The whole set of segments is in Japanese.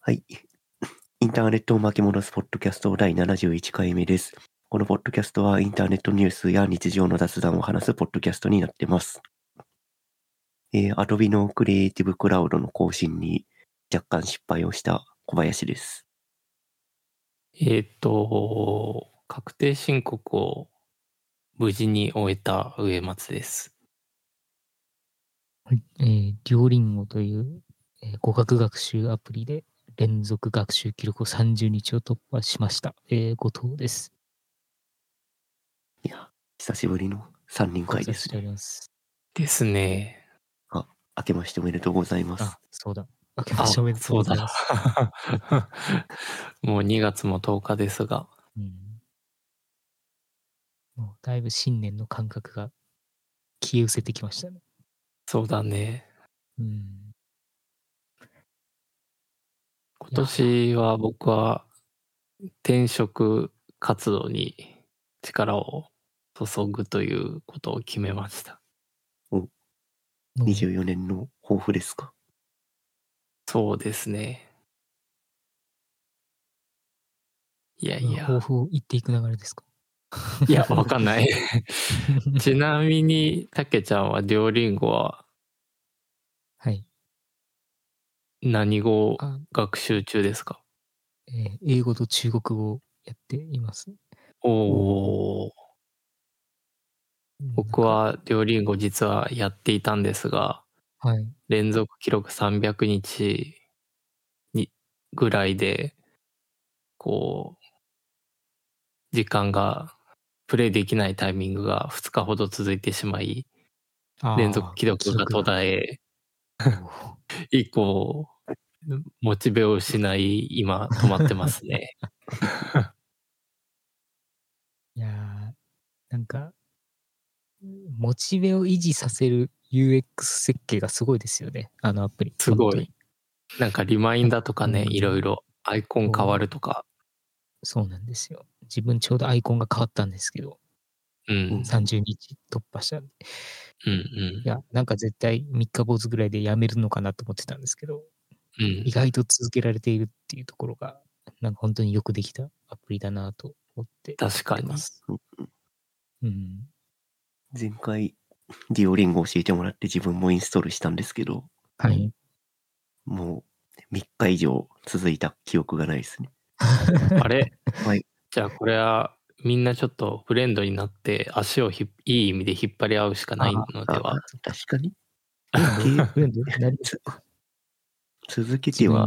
はい。インターネットを巻き戻すポッドキャスト第71回目です。このポッドキャストはインターネットニュースや日常の雑談を話すポッドキャストになってます。Adobe のクリエイティブクラウドの更新に若干失敗をした小林です。 確定申告を無事に終えた植松です。 はい、デュオリンゴという、語学学習アプリで連続学習記録を30日を突破しました。後藤です。 いや、久しぶりの3人会ですね。 ですね。 明けましておめでとうございます。 あ、そうだ。明けましておめでとうございます。 もう2月も10日ですが。 もうだいぶ新年の感覚が消え失せてきましたね。 そうだね。今年は僕は転職活動に力を注ぐということを決めました。 24年の抱負ですか？ そうですね。いや。 抱負を言っていく流れですか？ いや、わかんない。ちなみに、たけちゃんはデュオリンゴは、 はい。 何語を学習中ですか？ 英語と中国語をやっています。 僕はデュオリンゴ実はやっていたんですが、 はい、 連続記録300日にぐらいで、時間がプレイできないタイミングが2日ほど続いてしまい、連続記録が途絶え、以降、モチベを失い、今止まってますね。 いやー、なんか、モチベを維持させる UX 設計がすごいですよね、あのアプリ。 すごい。なんかリマインダーとかね、いろいろアイコン変わるとか。 そうなんですよ。自分ちょうどアイコンが変わったんですけど、30日突破したんで。いや、なんか絶対3日坊主ぐらいでやめるのかなと思ってたんですけど、意外と続けられているっていうところが、なんか本当によくできたアプリだなと思って確かに。 前回デュオリンゴ教えてもらって自分もインストールしたんですけど、 はい。 もう3日以上続いた記憶がないですね。 あれ？ はい。 じゃあこれはみんなちょっとフレンドになって足をいい意味で引っ張り合うしかないのでは？ 確かに。 フレンドになりましょうか。 続けて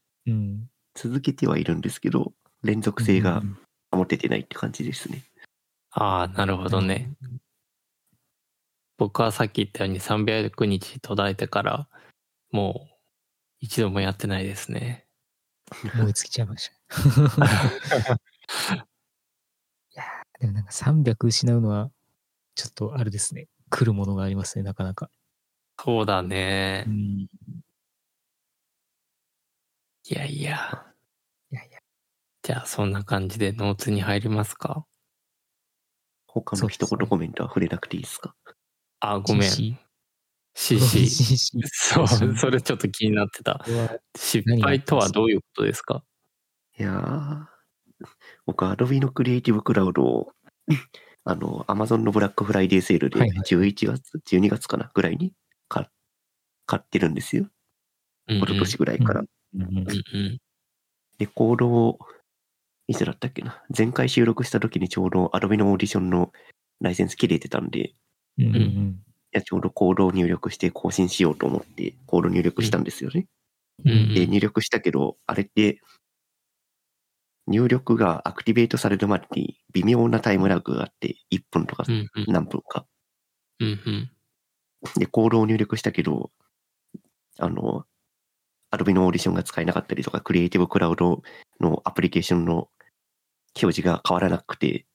はいるんですけど、連続性が保ててないって感じですね。 ああ、なるほどね。僕はさっき言ったように300日途絶えてからもう一度もやってないですね。 燃え尽きちゃいました。いやでもなんか300失うのはちょっとあれですね。来るものがありますね、なかなか。 そうだね。いや。じゃあそんな感じでノーツに入りますか？ 他の一言コメントは触れなくていいですか？ あ、ごめん。CC。そう、それちょっと気になってた。失敗とはどういうことですか？ いやー、僕、Adobe のクリエイティブクラウドを、Amazon のブラックフライデーセールで11月、12月かなぐらいに買ってるんですよ。一昨年ぐらいから。で、コードを、いつだったっけな。前回収録した時にちょうど Adobe のオーディションのライセンス切れてたんで、ちょうどコードを入力して更新しようと思ってコード入力したんですよね。で、入力したけど、あれって入力がアクティベートされるまでに微妙なタイムラグがあって、1分とか何分か。で、コードを入力したけど、Adobe のオーディションが使えなかったりとか、クリエイティブクラウドのアプリケーションの表示が変わらなくて、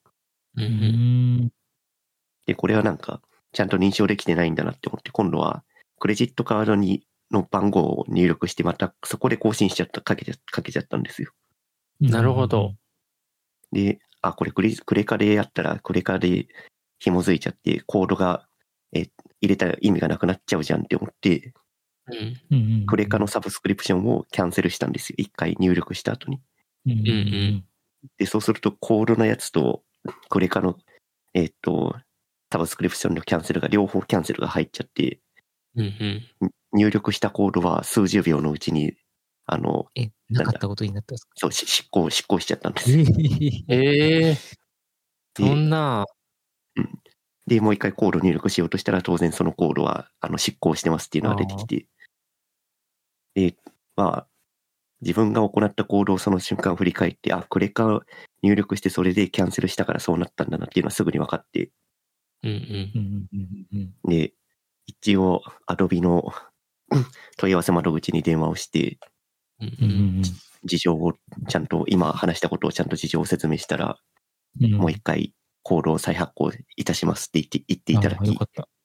で、これはなんか、ちゃんと認証できてないんだなって思って、今度は、クレジットカードの番号を入力して、またそこで更新しちゃった、かけちゃったんですよ。 なるほど。 で、これクレカでやったら、クレカで紐づいちゃって、コードが、入れたら意味がなくなっちゃうじゃんって思って、 クレカのサブスクリプションをキャンセルしたんですよ。一回入力した後に。で、そうするとコードのやつとクレカの、サブスクリプションのキャンセルが両方キャンセルが入っちゃって、入力したコードは数十秒のうちに、 なかったことになったんですか？ そう、執行しちゃったんですよ。 そんな。 で、もう一回コード入力しようとしたら、当然そのコードは、執行してますっていうのが出てきて、で、自分が行った行動をその瞬間振り返って、クレカ入力してそれでキャンセルしたからそうなったんだなっていうのはすぐに分かって、で、一応、Adobe の問い合わせ窓口に電話をして、事情をちゃんと、今話したことをちゃんと事情を説明したら、もう一回コードを再発行いたしますって言っていただき、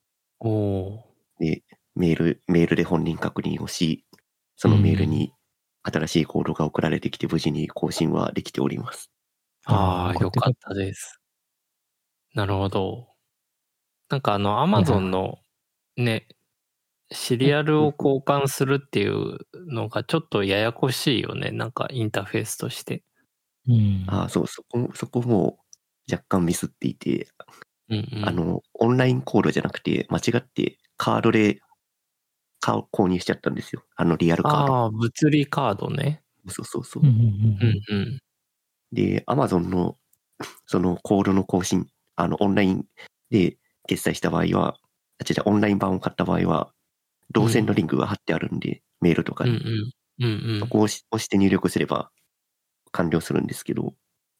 で、メールで本人確認をし、そのメールに新しいコードが送られてきて無事に更新はできております。 よかったです。なるほど。なんかAmazon のね、シリアルを交換するっていうのがちょっとややこしいよね。なんかインターフェースとして。 そう、そこも若干ミスっていて、オンラインコードじゃなくて、間違ってカードで購入しちゃったんですよ。リアルカード。 物理カードね。 そう。で、Amazon のそのコードの更新、オンラインで決済した場合は、オンライン版を買った場合は、動線のリンクが貼ってあるんで、メールとかに。そこを押して入力すれば完了するんですけど、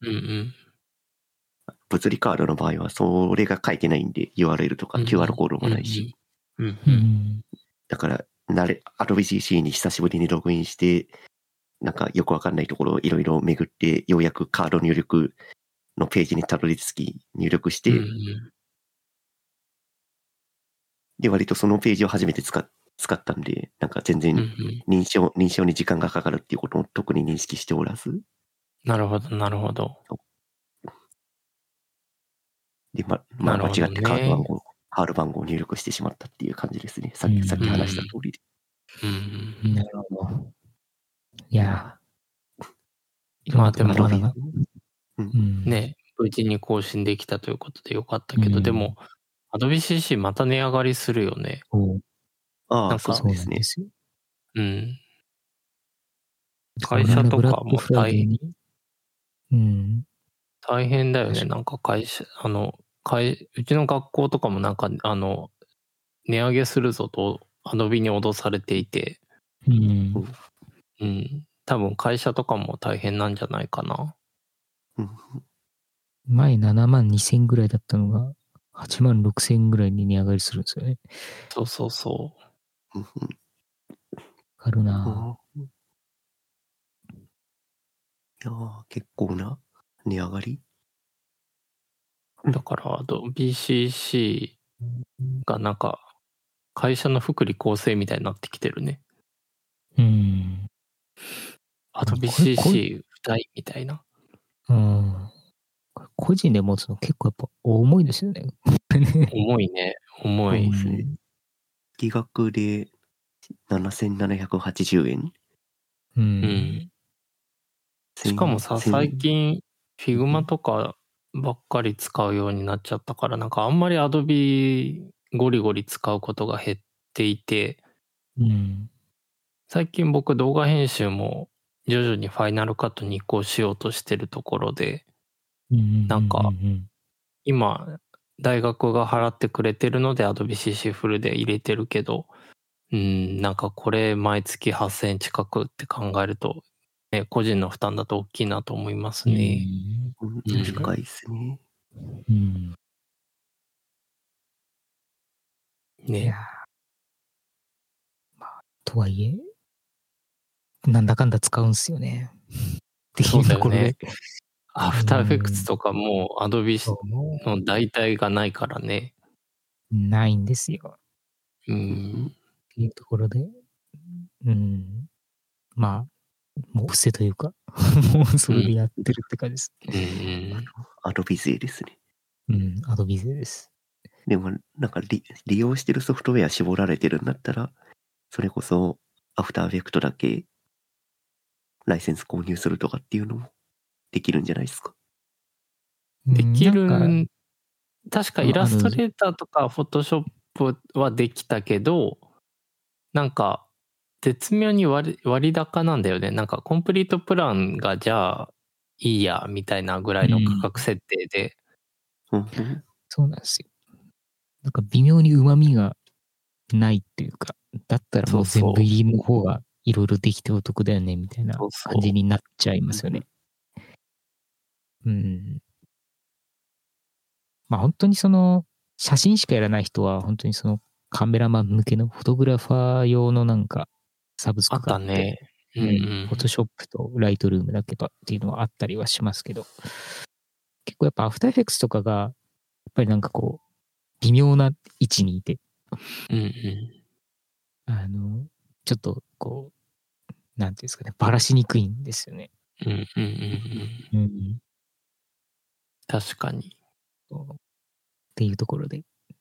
物理カードの場合はそれが書いてないんで、URL とか QR コードもないし。だから、Adobe CC に久しぶりにログインして、なんかよくわかんないところをいろいろ巡って、ようやくカード入力のページにたどり着き、入力して、で、割とそのページを初めて使ったんで、なんか全然認証に時間がかかるっていうことを特に認識しておらず。 なるほど、なるほど。 で、間違ってカード番号を入力してしまったっていう感じですね。さっき話した通りで。 なるほど。いやでも、ね、無事に更新できたということでよかったけど、でも、Adobe CC また値上がりするよね。 なんかそうですね。 会社とかも大変だよね。なんかうちの学校とかもなんか、値上げするぞと Adobe に脅されていて、多分会社とかも大変なんじゃないかな。 前72,000ぐらいだったのが、86,000ぐらいに値上がりするんですよね。 そう。 わかるなぁ。 いや結構な値上がり。 だから、Adobe CC がなんか、会社の福利厚生みたいになってきてるね。Adobe CC 不いみたいな。 個人で持つの結構やっぱ重いですよね。 重いね。重いですね。 月額で7,780円。 しかもさ、最近 Figma とかばっかり使うようになっちゃったから、なんかあんまり Adobe ゴリゴリ使うことが減っていて、最近僕動画編集も徐々にファイナルカットに移行しようとしてるところで、なんか今大学が払ってくれてるので Adobe CC フルで入れてるけど、なんかこれ毎月8,000円近くって考えると、ね、個人の負担だと大きいなと思いますね。 高いですね。 ね。とはいえ、なんだかんだ使うんすよね。 そうだよね。アフターエフェクツとかもう Adobe の代替がないからね。 ないんですよ。っていうところで、もう伏せというか、もうそれでやってるって感じです。 Adobe勢ですね。 Adobe勢です。 でも、なんか利用してるソフトウェア絞られてるんだったら、 それこそ、アフターエフェクトだけ、ライセンス購入するとかっていうのもできるんじゃないですか。 できるなんか確かイラストレーターとかフォトショップはできたけど、なんか絶妙に割高なんだよね。なんかコンプリートプランがじゃあいいやみたいなぐらいの価格設定で、 そうなんですよ。なんか微妙に旨味がないっていうか、だったらもう全部入りの方がいろいろできてお得だよねみたいな感じになっちゃいますよね。まあ本当にその写真しかやらない人は本当にそのカメラマン向けのフォトグラファー用のなんかサブスクがあって、 ね、 フォトショップとライトルームだけとっていうのはあったりはしますけど、結構やっぱアフターエフェクツとかがやっぱりなんかこう微妙な位置にいて、ちょっとこうなんていうんですかね、バラしにくいんですよね。 確かに。 っていうところで。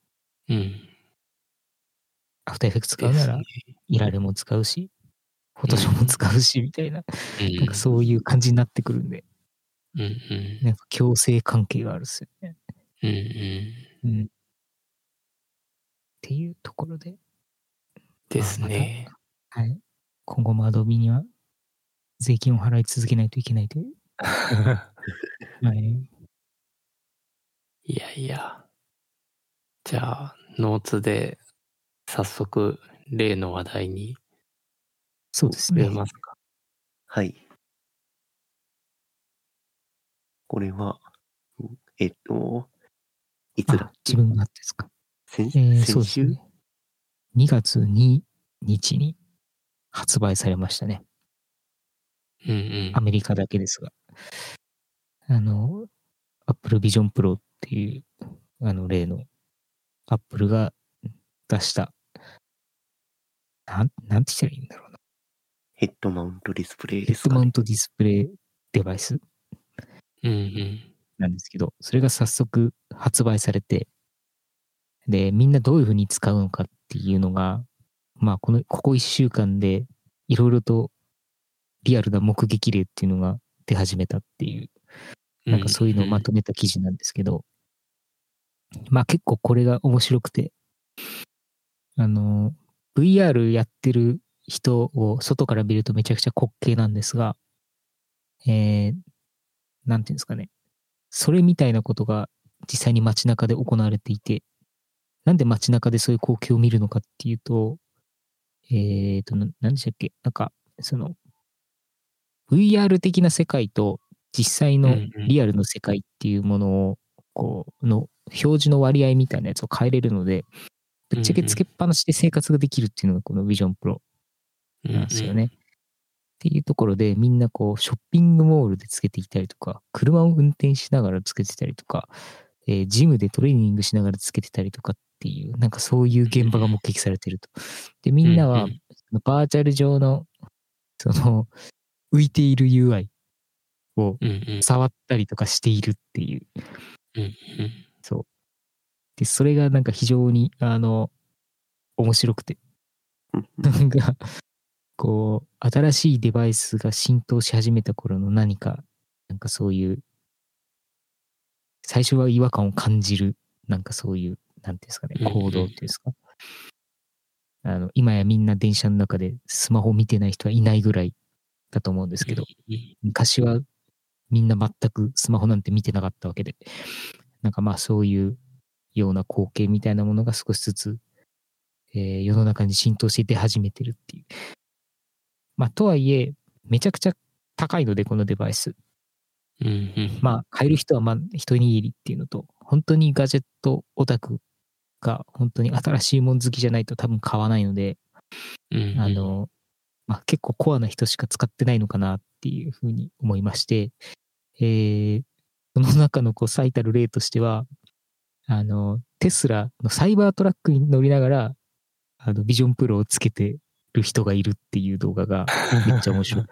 アフターエフェクツ使うなら、イラレも使うし、フォトショーも使うし、みたいな、なんかそういう感じになってくるんで、なんか強制関係があるっすよね。っていうところで。 ですね。 はい。今後もアドビには税金を払い続けないといけないという。はい。 いやいや。じゃあ、ノーツで早速、例の話題に。 そうですね。 触れますか。 はい。これは、いつだっけ？ 自分がですか。 先週、 ね、2月2日に発売されましたね。アメリカだけですが。Apple Vision Pro っていう、例の Apple が出した、なんて言ったらいいんだろうな。 ヘッドマウントディスプレイですかね。ヘッドマウントディスプレイデバイスなんですけど、それが早速発売されて、で、みんなどういうふうに使うのかっていうのが、まあ、ここ1週間でいろいろとリアルな目撃例っていうのが出始めたっていう、なんかそういうのをまとめた記事なんですけど、まあ結構これが面白くて、VR やってる人を外から見るとめちゃくちゃ滑稽なんですが、なんていうんですかね。それみたいなことが実際に街中で行われていて、なんで街中でそういう光景を見るのかっていうと、何でしたっけ？なんか、その、VR 的な世界と実際のリアルの世界っていうものを、の表示の割合みたいなやつを変えれるので、ぶっちゃけつけっぱなしで生活ができるっていうのがこの Vision Pro なんですよね。っていうところでみんなショッピングモールでつけていたりとか、車を運転しながらつけてたりとか、ジムでトレーニングしながらつけてたりとかっていう、なんかそういう現場が目撃されてると。で、みんなはバーチャル上の浮いている UI を触ったりとかしているっていう。そう。で、それがなんか非常に、面白くて。なんか、新しいデバイスが浸透し始めた頃の何か、なんかそういう、最初は違和感を感じる、なんかそういう、なんていうんですかね、行動っていうんですか。今やみんな電車の中でスマホを見てない人はいないぐらいだと思うんですけど、昔はみんな全くスマホなんて見てなかったわけで、なんかまあそういうような光景みたいなものが少しずつ、世の中に浸透して出始めてるっていう。まあとはいえ、めちゃくちゃ高いので、このデバイス。まあ買える人はまあ一握りっていうのと、本当にガジェットオタクが本当に新しいもん好きじゃないと多分買わないので、まあ結構コアな人しか使ってないのかなっていうふうに思いまして、その中の最たる例としては、テスラのサイバートラックに乗りながら、ビジョンプロをつけてる人がいるっていう動画がめっちゃ面白い。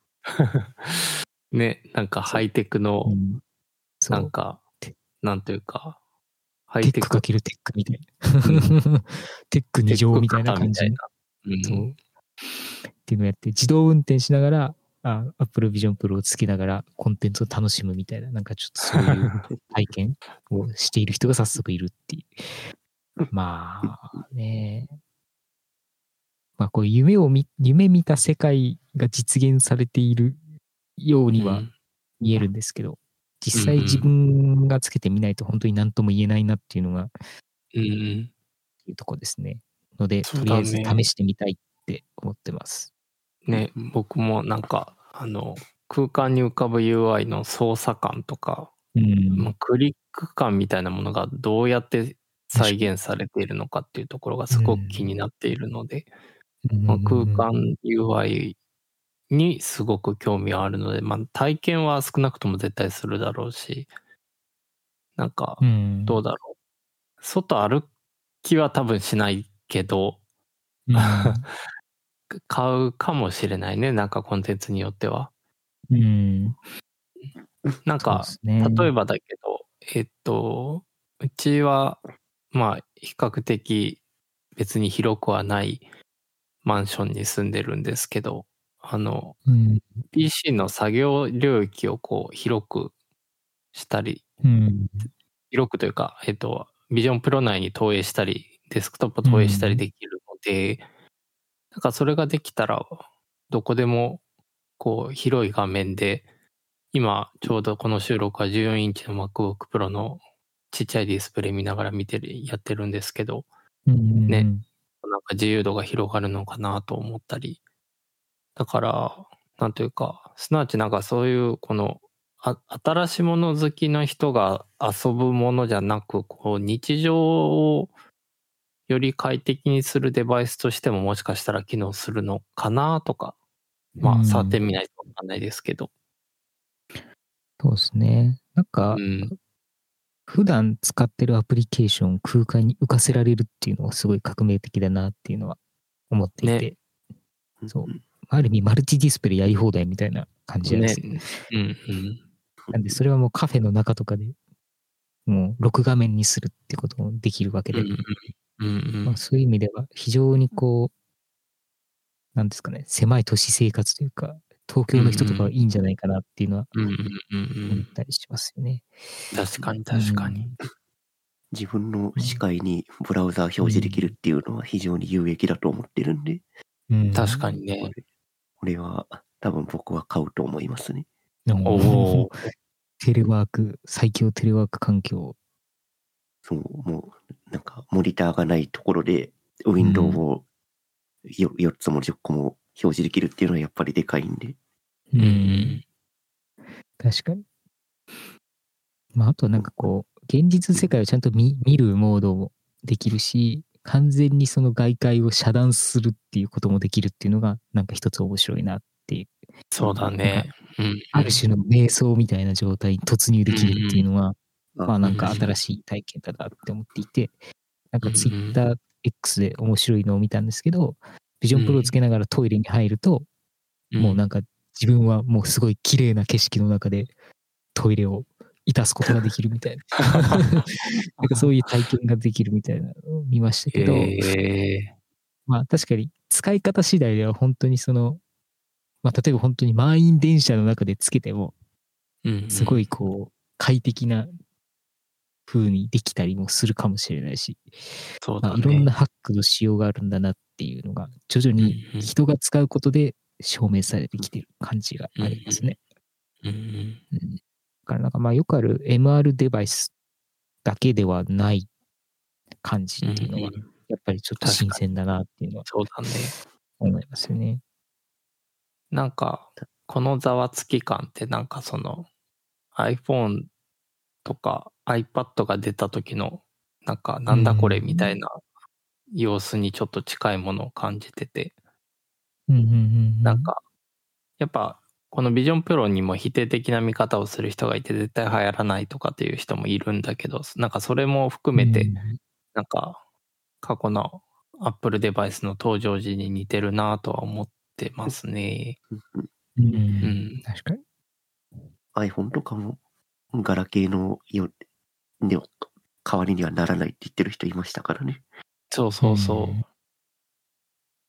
ね、なんかハイテクの、なんか、なんというか、 ハイテクかけるテックみたいな。テック2乗みたいな感じ。 そう。っていうのをやって、自動運転しながら、Apple Vision Pro をつけながらコンテンツを楽しむみたいな、なんかちょっとそういう体験をしている人が早速いるっていう。まあね。まあこう夢見た世界が実現されているようには見えるんですけど、実際自分がつけてみないと本当に何とも言えないなっていうのが、っていうとこですね。ので、とりあえず試してみたいって思ってます。 ね、僕もなんか、空間に浮かぶ UI の操作感とか、クリック感みたいなものがどうやって再現されているのかっていうところがすごく気になっているので、空間 UI にすごく興味はあるので、体験は少なくとも絶対するだろうし、なんか、どうだろう。外歩きは多分しないけど、買うかもしれないね、なんかコンテンツによっては。なんか、例えばだけど、うちは、比較的別に広くはないマンションに住んでるんですけど、PC の作業領域をこう広くしたり、広くというか、ビジョンプロ内に投影したり、デスクトップ投影したりできるので、なんかそれができたら、どこでもこう広い画面で、今ちょうどこの収録は14インチの MacBook Pro のちっちゃいディスプレイ見ながらやってるんですけど、ね、なんか自由度が広がるのかなと思ったり。だから、なんというか、すなわちなんかそういうこの新しいもの好きな人が遊ぶものじゃなく、こう日常をより快適にするデバイスとしてももしかしたら機能するのかなとか、触ってみないとわかんないですけど。 そうですね。なんか、普段使ってるアプリケーションを空間に浮かせられるっていうのはすごい革命的だなっていうのは思っていて、そう。ある意味マルチディスプレイやり放題みたいな感じじゃないですか。なんでそれはもうカフェの中とかでもう6画面にするってこともできるわけで、そういう意味では非常にこう、なんですかね、狭い都市生活というか、東京の人とかはいいんじゃないかなっていうのは思ったりしますよね。 確かに確かに。 自分の視界にブラウザー表示できるっていうのは非常に有益だと思ってるんで。 確かにね。 これは多分僕は買うと思いますね。 テレワーク、最強テレワーク環境。 そう、もうなんかモニターがないところでウィンドウを4つも10個も表示できるっていうのはやっぱりでかいんで。 確かに。あとはなんかこう、現実世界をちゃんと見るモードもできるし、完全にその外界を遮断するっていうこともできるっていうのが、なんか一つ面白いなっていう。 そうだね。 ある種の瞑想みたいな状態に突入できるっていうのは、なんか新しい体験だなって思っていて、なんか Twitter X で面白いのを見たんですけど、ビジョンプロをつけながらトイレに入ると、もうなんか自分はもうすごい綺麗な景色の中でトイレをいたすことができるみたいな。なんかそういう体験ができるみたいなのを見ましたけど、確かに使い方次第では本当にその、例えば本当に満員電車の中でつけても、すごいこう快適な風にできたりもするかもしれないし、いろんなハックの仕様があるんだなっていうのが徐々に人が使うことで証明されてきてる感じがありますね。だからなんかよくある MR デバイスだけではない感じっていうのは、やっぱりちょっと新鮮だなっていうのは思いますよね。 なんか、このざわつき感ってなんかその iPhone とか iPad が出た時のなんかなんだこれみたいな様子にちょっと近いものを感じてて、なんかやっぱこのビジョンプロにも否定的な見方をする人がいて絶対流行らないとかっていう人もいるんだけど、なんかそれも含めてなんか過去の Apple デバイスの登場時に似てるなとは思ってますね。 確かに。 iPhone とかもガラケーの代わりにはならないって言ってる人いましたからね。 そうそうそう。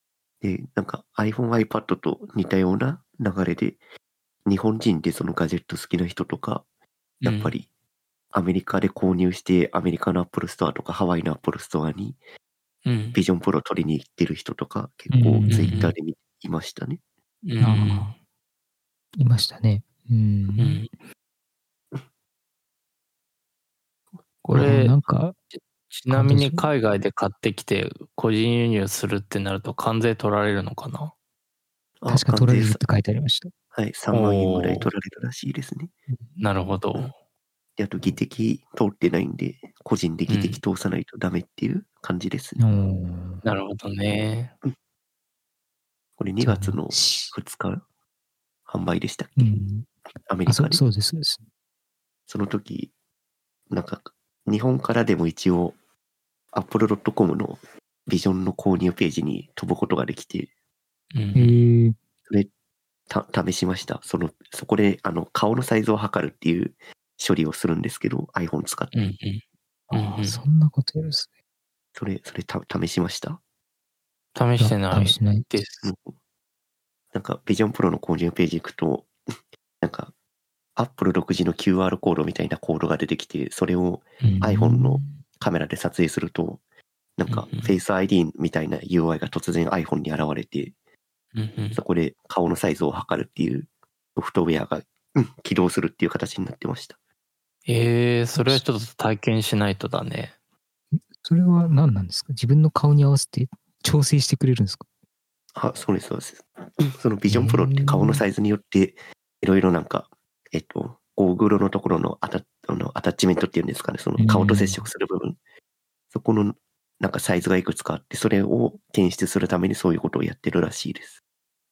で、なんか iPhone、iPad と似たような流れで、日本人でそのガジェット好きな人とか、やっぱりアメリカで購入して、アメリカの Apple ストアとかハワイの Apple ストアにビジョンプロ取りに行ってる人とか、結構ツイッターでいましたね。 ああ、いましたね。 これ、 なんかちなみに海外で買ってきて個人輸入するってなると関税取られるのかな？ 確か取られるって書いてありました。 はい、3万円ぐらい取られるらしいですね。 なるほど。 で、あと技的通ってないんで、個人で技的通さないとダメっていう感じですね。 なるほどね。 これ2月の2日販売でしたっけ？アメリカで。 そうです、そうです。 その時、なんか、日本からでも一応、apple.com のビジョンの購入ページに飛ぶことができて、それ、試しました。そこで、顔のサイズを測るっていう処理をするんですけど、iPhone 使って。 そんなことやるんですね。 それ試しました？ 試してないです。 なんか、ビジョンプロの購入ページ行くと、なんか、Apple 独自の QR コードみたいなコードが出てきて、それを iPhone のカメラで撮影すると、なんか、Face ID みたいな UI が突然 iPhone に現れて、そこで顔のサイズを測るっていうソフトウェアが起動するっていう形になってました。 それはちょっと体験しないとだね。 それは何なんですか？自分の顔に合わせて調整してくれるんですか？ そうです、そうです。そのビジョンプロって顔のサイズによって、いろいろなんか、ゴーグルのところのアタッチメントっていうんですかね、その顔と接触する部分、そこのなんかサイズがいくつかあって、それを検出するためにそういうことをやってるらしいです。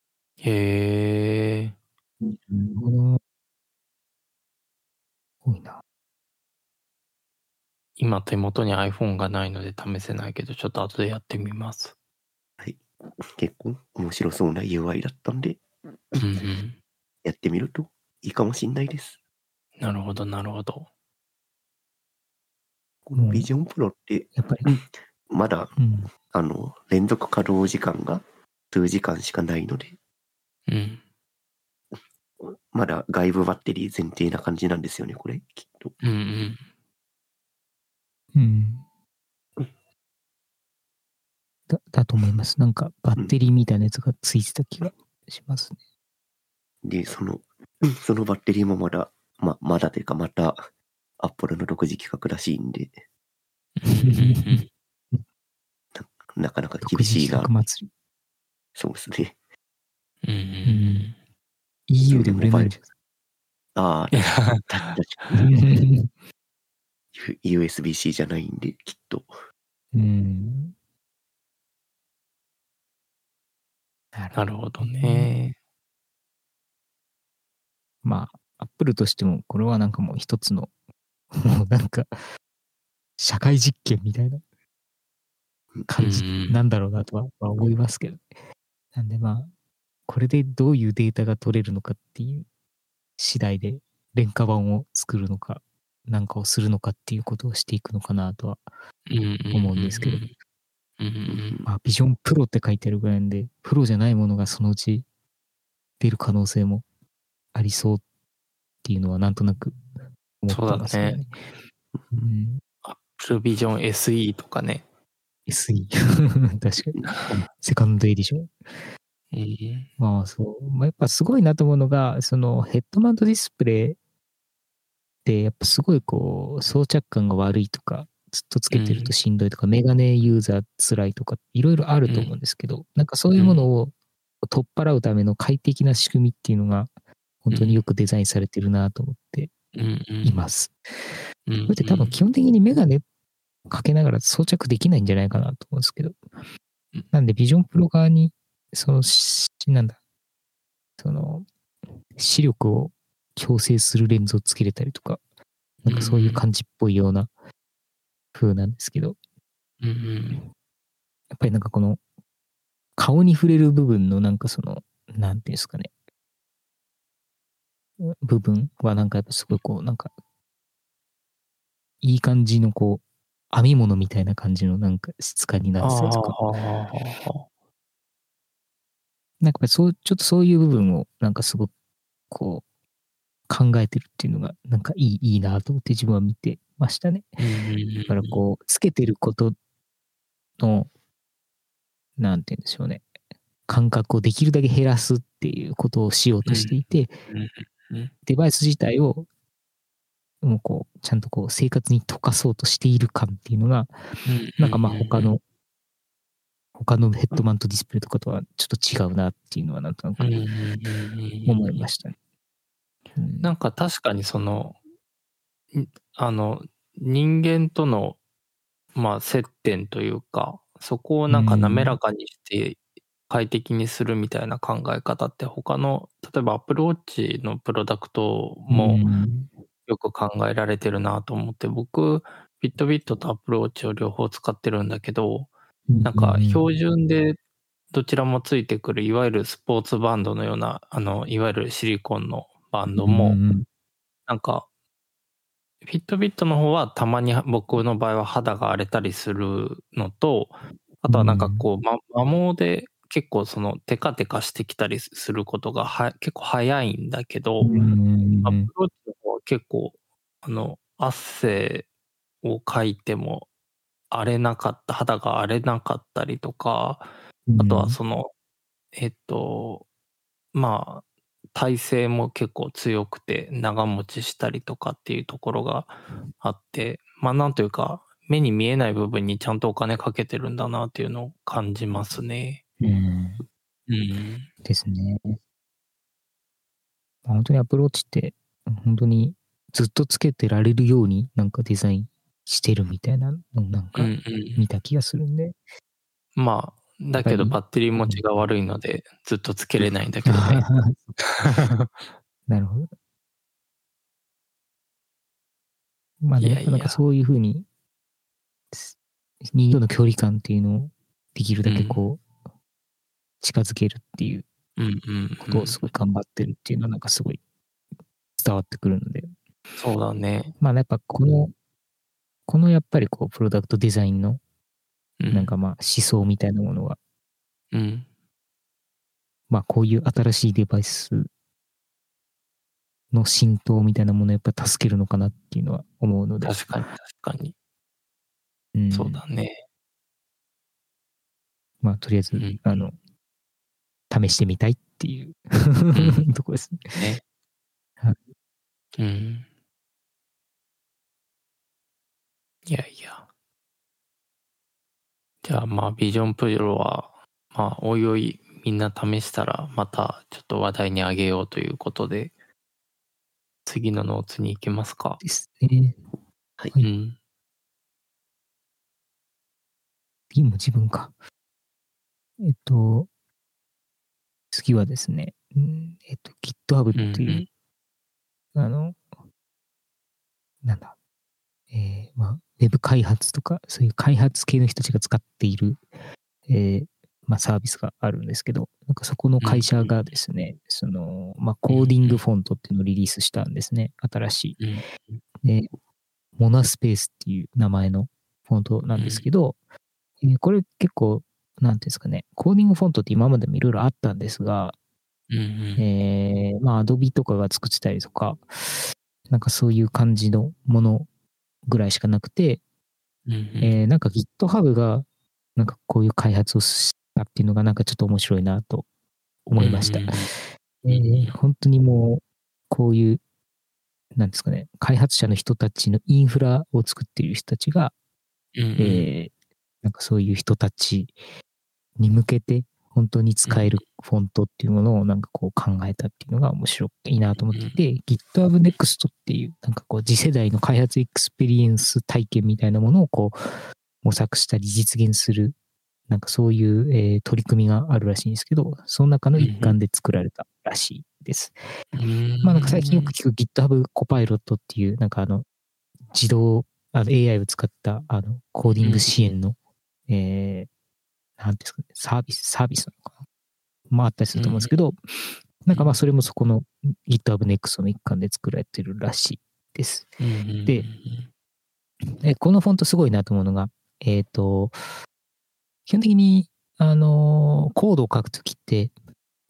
へえ。 なるほど。すごいな。 今手元に iPhone がないので試せないけど、ちょっと後でやってみます。 はい。結構面白そうな UI だったんで、やってみるといいかもしんないです。 なるほど、なるほど。 このビジョンプロって、 やっぱり、 まだ、連続稼働時間が数時間しかないので、まだ外部バッテリー前提な感じなんですよね、これ、きっと。 だと思います。なんかバッテリーみたいなやつがついてた気がしますね。 で、そのバッテリーもまだというかまた、アップルの独自企画らしいんで、なかなか厳しいな。そうですね。 EU で売れないじゃん。ああ、確かに。USB-C じゃないんで、きっと。 なるほどね。 まあ、Apple としても、これはなんかもう一つの、もうなんか、社会実験みたいな感じなんだろうなとは思いますけど。なんでまあ、これでどういうデータが取れるのかっていう次第で、廉価版を作るのか、なんかをするのかっていうことをしていくのかなとは思うんですけど。まあ、ビジョンプロって書いてあるぐらいなんで、プロじゃないものがそのうち出る可能性もありそうっていうのはなんとなく思ってますね。そうだね。 Apple Vision SE とかね。 SE 確かに。セカンドエディション。まあそう。まあ、やっぱすごいなと思うのが、そのヘッドマウントディスプレイってやっぱすごいこう装着感が悪いとか、ずっとつけてるとしんどいとか、メガネユーザー辛いとか、いろいろあると思うんですけど、なんかそういうものを取っ払うための快適な仕組みっていうのが、本当によくデザインされてるなと思っています。これって多分基本的にメガネかけながら装着できないんじゃないかなと思うんですけど。なんでビジョンプロ側に、視力を矯正するレンズをつけれたりとか、なんかそういう感じっぽいような風なんですけど。やっぱりなんかこの顔に触れる部分のなんかなんていうんですかね。部分はなんかやっぱすごいこう、なんか、いい感じのこう、編み物みたいな感じのなんか質感になってたりとか。 なんかちょっとそういう部分をなんかすごくこう考えてるっていうのがなんかいいなと思って自分は見てましたね。だからこうつけてることのなんて言うんでしょうね、感覚をできるだけ減らすっていうことをしようとしていて、デバイス自体をもうこうちゃんとこう生活に溶かそうとしている感っていうのが、なんかまあ他のヘッドマウントディスプレイとかとはちょっと違うなっていうのはなんとなく思いましたね。 なんか確かにその人間とのまあ接点というか、そこをなんか滑らかにして快適にするみたいな考え方って他の例えば Apple Watch のプロダクトもよく考えられてるなと思って、僕Fitbitと Apple Watch を両方使ってるんだけど、なんか標準でどちらもついてくるいわゆるスポーツバンドのようないわゆるシリコンのバンドもなんかフィットビットの方はたまに僕の場合は肌が荒れたりするのと、あとはなんかこう摩耗で結構そのテカテカしてきたりすることが結構早いんだけど、アプローチの方は結構汗をかいても肌が荒れなかったりとか、あとはそのまあ耐性も結構強くて長持ちしたりとかっていうところがあって、まあなんというか目に見えない部分にちゃんとお金かけてるんだなっていうのを感じますね。 ですね。本当にアプローチって本当にずっとつけてられるようになんかデザインしてるみたいなのなんか見た気がするんで。 まあだけどバッテリー持ちが悪いのでずっとつけれないんだけどね。 なるほど。まあね、やっぱなんかそういうふうに人との距離感っていうのをできるだけこう近づけるっていうことをすごい頑張ってるっていうのはなんかすごい伝わってくるので。 そうだね。 まあやっぱこのやっぱりこうプロダクトデザインのなんかまあ思想みたいなものが、まあこういう新しいデバイスの浸透みたいなものをやっぱ助けるのかなっていうのは思うので。 確かに。そうだね。 まあとりあえず、試してみたいっていうとこですね。はい。 いや。じゃあまあビジョンプロはまあおいおいみんな試したらまたちょっと話題にあげようということで次のノーツに行きますか。 ですね。 はい。 次も自分か。次はですね、GitHub っていう、なんだ、まあ、ウェブ開発とか、そういう開発系の人たちが使っている、まあ、サービスがあるんですけど、なんかそこの会社がですね、まあ、コーディングフォントっていうのをリリースしたんですね、新しい。で、モナスペースっていう名前のフォントなんですけど、これ結構、なんていうんですかね、コーディングフォントって今までもいろいろあったんですが、まあ、Adobe とかが作ってたりとか、なんかそういう感じのものぐらいしかなくて、なんか GitHub がなんかこういう開発をしたっていうのがなんかちょっと面白いなと思いました。本当にもうこういうなんですかね、開発者の人たちのインフラを作っている人たちが、なんかそういう人たちに向けて本当に使えるフォントっていうものをなんかこう考えたっていうのが面白いなと思ってて、GitHub Next っていうなんかこう次世代の開発エクスペリエンス体験みたいなものをこう模索したり実現するなんかそういう、取り組みがあるらしいんですけど、その中の一環で作られたらしいです。まあなんか最近よく聞く GitHub Copilot っていうなんか自動AI を使ったコーディング支援の、なんですかね、サービスなのかな。まああったりすると思うんですけど、なんかまあそれもそこの GitHub Next の一環で作られてるらしいです。で、このフォントすごいなと思うのが、基本的にコードを書くときって、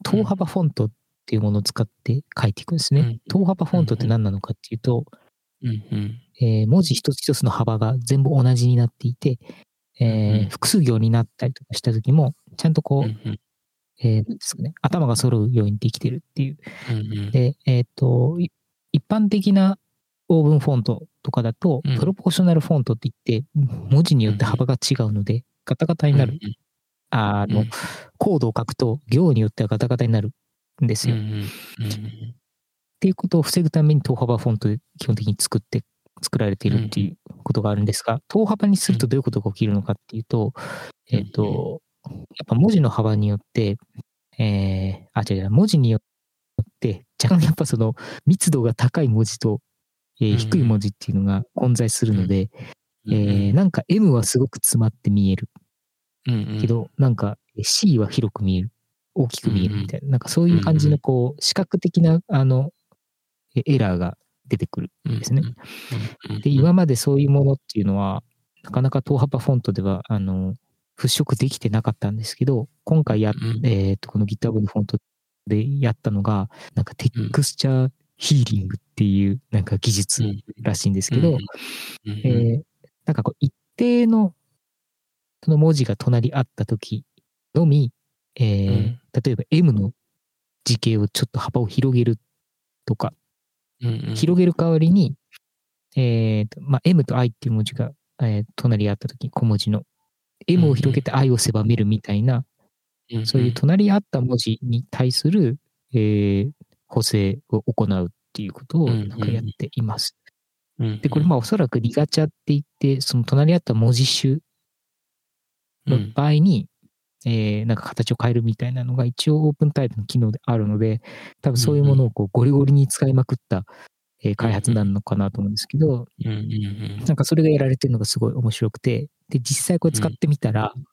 等幅フォントっていうものを使って書いていくんですね。等幅フォントって何なのかっていうと、文字一つ一つの幅が全部同じになっていて、複数行になったりとかした時も、ちゃんとこう、なんですかね、頭が揃うようにできてるっていう。で、一般的なオーブンフォントとかだと、プロポーショナルフォントって言って、文字によって幅が違うので、ガタガタになる。コードを書くと、行によってはガタガタになるんですよ。っていうことを防ぐために等幅フォントで基本的に作られているっていうことがあるんですが、等幅にするとどういうことが起きるのかっていうと、やっぱ文字の幅によって、文字によって若干やっぱその密度が高い文字と、低い文字っていうのが混在するので、なんか M はすごく詰まって見える。けど、なんか C は広く見える。大きく見えるみたいな。なんかそういう感じのこう、視覚的なエラーが出てくるんですね。で、今までそういうものっていうのは、なかなか等幅フォントでは、払拭できてなかったんですけど、今回この GitHub のフォントでやったのが、なんかテクスチャーヒーリングっていうなんか技術らしいんですけど、なんかこう一定のその文字が隣り合った時のみ、例えば M の字形をちょっと幅を広げるとか、広げる代わりに、M と I っていう文字が、隣り合った時に小文字の M を広げて I を狭めるみたいな、そういう隣り合った文字に対する、補正を行うっていうことをなんかやっています。で、これおそらくリガチャって言って、その隣り合った文字種の場合に、なんか形を変えるみたいなのが一応オープンタイプの機能であるので、多分そういうものをこうゴリゴリに使いまくった、開発なのかなと思うんですけど、なんかそれがやられてるのがすごい面白くて、で、実際これ使ってみたら、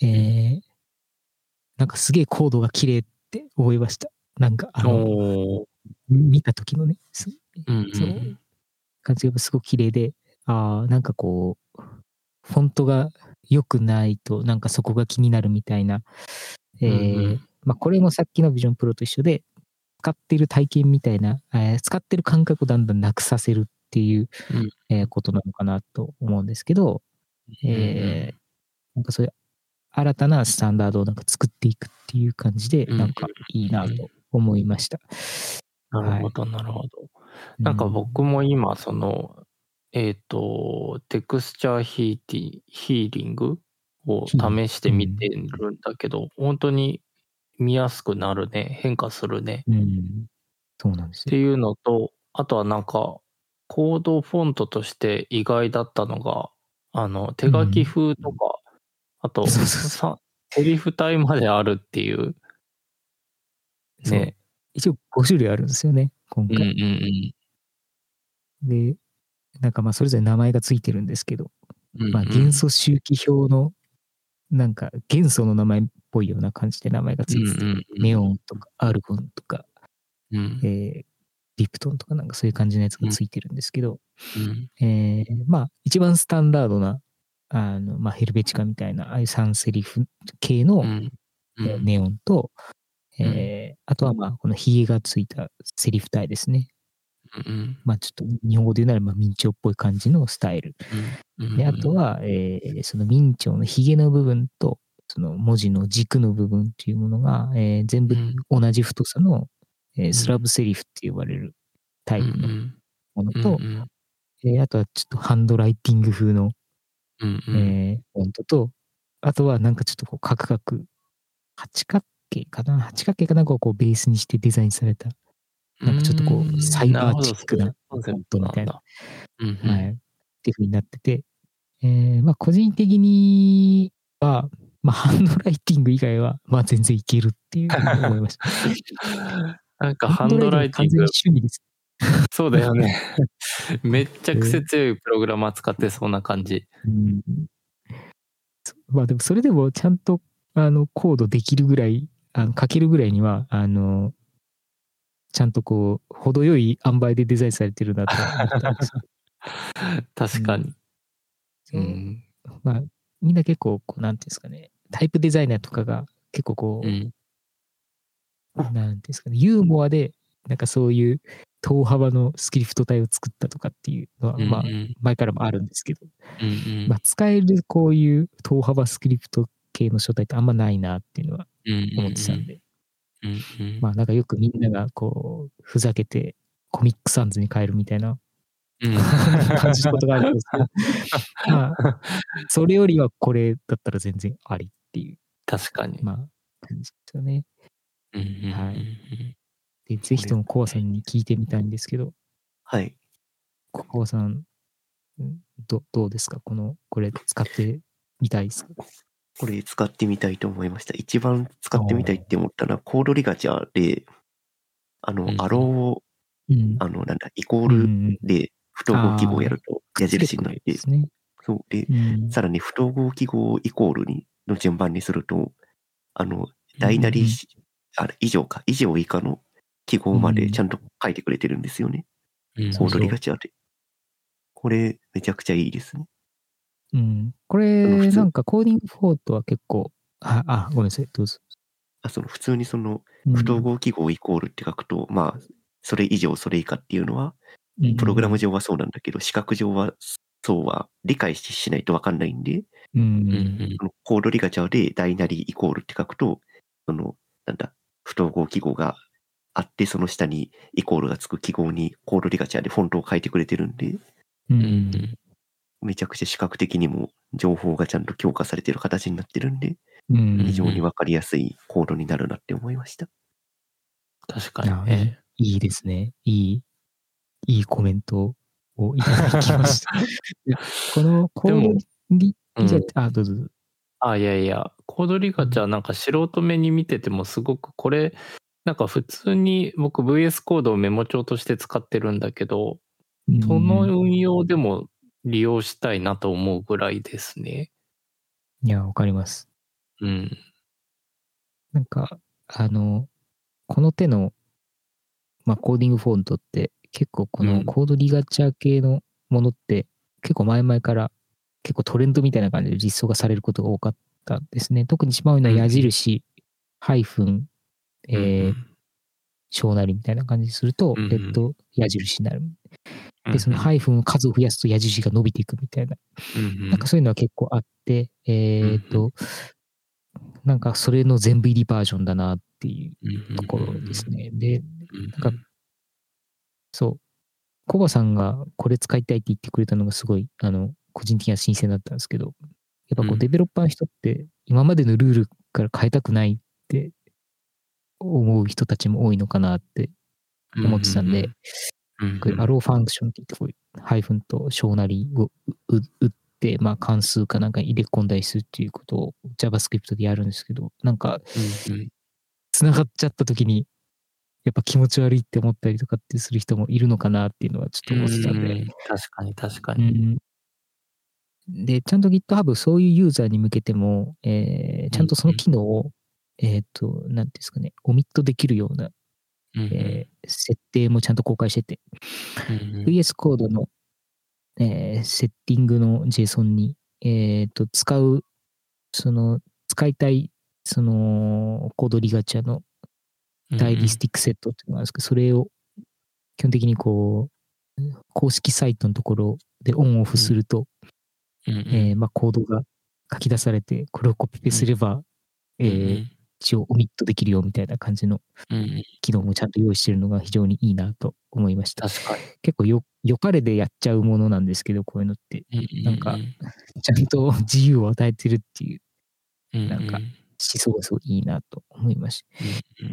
なんかすげえコードが綺麗って思いました。なんか見た時のね、その感じがすごく綺麗で、なんかこう、フォントが良くないと、なんかそこが気になるみたいな。これもさっきのビジョンプロと一緒で、使ってる体験みたいな、使ってる感覚をだんだんなくさせるっていう、ことなのかなと思うんですけど、なんかそういう新たなスタンダードをなんか作っていくっていう感じで、なんかいいなと思いました。 なるほど、なるほど。なんか僕も今、その、テクスチャーヒーリングを試してみてるんだけど、本当に見やすくなるね、変化するね。 そうなんですよ。 っていうのと、あとはなんか、コードフォントとして意外だったのが、手書き風とか、あと、セリフ体まであるっていう。 ね。一応5種類あるんですよね、今回。で、なんかそれぞれ名前がついてるんですけど、元素周期表の、なんか元素の名前っぽいような感じで名前がついてて、ネオンとかアルゴンとか、リプトンとかなんかそういう感じのやつがついてるんですけど、一番スタンダードな、ヘルベチカみたいな、ああいう3セリフ系の、ネオンと、あとはこのヒゲがついたセリフ体ですね。ちょっと日本語で言うなら明朝っぽい感じのスタイル。で、あとは、その明朝のヒゲの部分と、その文字の軸の部分っていうものが、全部同じ太さの、スラブセリフって呼ばれるタイプのものと、あとはちょっとハンドライティング風の、フォントと、あとはなんかちょっとこうカクカク、八角形かなんかをこうベースにしてデザインされた、なんかちょっとこうサイバーチックなフォントみたいな、っていう風になってて、個人的には、ハンドライティング以外は、全然いけるっていう風に思いました。 なんかハンドライティング。 完全に趣味です。 そうだよね。めっちゃ癖強いプログラマー使ってそうな感じ。 でもそれでもちゃんとコードできるぐらい、書けるぐらいには、ちゃんとこう、程よい塩梅でデザインされてるなと思ったんです。 確かに。 みんな結構、こう、なんていうんですかね、タイプデザイナーとかが結構こう、 なんていうんですかね、ユーモアで、なんかそういう等幅のスクリプト体を作ったとかっていうのは、まあ、前からもあるんですけど、まあ、使えるこういう等幅スクリプト系の書体ってあんまないなっていうのは思ってたんで、まあ、なんかよくみんながこう、ふざけてコミックサンズに変えるみたいな感じのことがあるんですけど、まあ、それよりはこれだったら全然ありっていう。 確かに。 まあ、感じですよね。はい。で、ぜひともコアさんに聞いてみたいんですけど、 はい。 コアさん、どうですかこれ使ってみたいですか？ これ使ってみたいと思いました。一番使ってみたいって思ったのは、コードリガチャで、アローを、イコールで不統合記号をやると矢印になって、そうで、さらに不統合記号イコールの順番にすると、大なり以上以下の記号までちゃんと書いてくれてるんですよね。コードリガチャで。これ、めちゃくちゃいいですね。 これ、なんかコーディングフォートは結構、ごめんなさい、どうぞ。 普通に不統合記号イコールって書くと、まあ、それ以上、それ以下っていうのは、プログラム上はそうなんだけど、視覚上はそうは理解しないと分かんないんで、コードリガチャで大なりイコールって書くと、不統合記号があって、その下にイコールがつく記号にコードリガチャでフォントを書いてくれてるんで、めちゃくちゃ視覚的にも情報がちゃんと強化されてる形になってるんで、非常に分かりやすいコードになるなって思いました。 確かにね。 いいですね。いいコメントをいただきました。このコードリガチャ、どうぞ。 いや、コードリガチャなんか素人目に見ててもすごくこれ、なんか普通に僕 VS コードをメモ帳として使ってるんだけど、その運用でも利用したいなと思うぐらいですね。 いや、わかります。なんか、この手の、まあ、コーディングフォントって結構このコードリガチャ系のものって結構前々から結構トレンドみたいな感じで実装がされることが多かったんですね。特に一番多いのは矢印、ハイフン、小なりみたいな感じにすると、矢印になる。で、そのハイフンを数を増やすと矢印が伸びていくみたいな。なんかそういうのは結構あって、なんかそれの全部入りバージョンだなっていうところですね。で、なんか、そう、コバさんがこれ使いたいって言ってくれたのがすごい、個人的には新鮮だったんですけど、やっぱこうデベロッパーの人って今までのルールから変えたくないって思う人たちも多いのかなって思ってたんで、こういうアローファンクションって言って、こういうハイフンと小なりを打って、まあ関数かなんか入れ込んだりするっていうことを JavaScript でやるんですけど、なんか、繋がっちゃった時に、やっぱ気持ち悪いって思ったりとかってする人もいるのかなっていうのはちょっと思ってたんで。 確かに。 で、ちゃんと GitHub そういうユーザーに向けても、ちゃんとその機能を、なんていうんですかね、オミットできるような、設定もちゃんと公開してて、VS コードの、セッティングの JSON に、使いたい、コードリガチャのダイリスティックセットっていうのがあるんですけど、それを基本的にこう、公式サイトのところでオンオフすると、まあコードが書き出されて、これをコピペすれば、一応オミットできるよみたいな感じの機能もちゃんと用意してるのが非常にいいなと思いました。 確かに。 結構よかれでやっちゃうものなんですけど、こういうのって。なんか、ちゃんと自由を与えてるっていう、なんか思想がすごいいいなと思いました。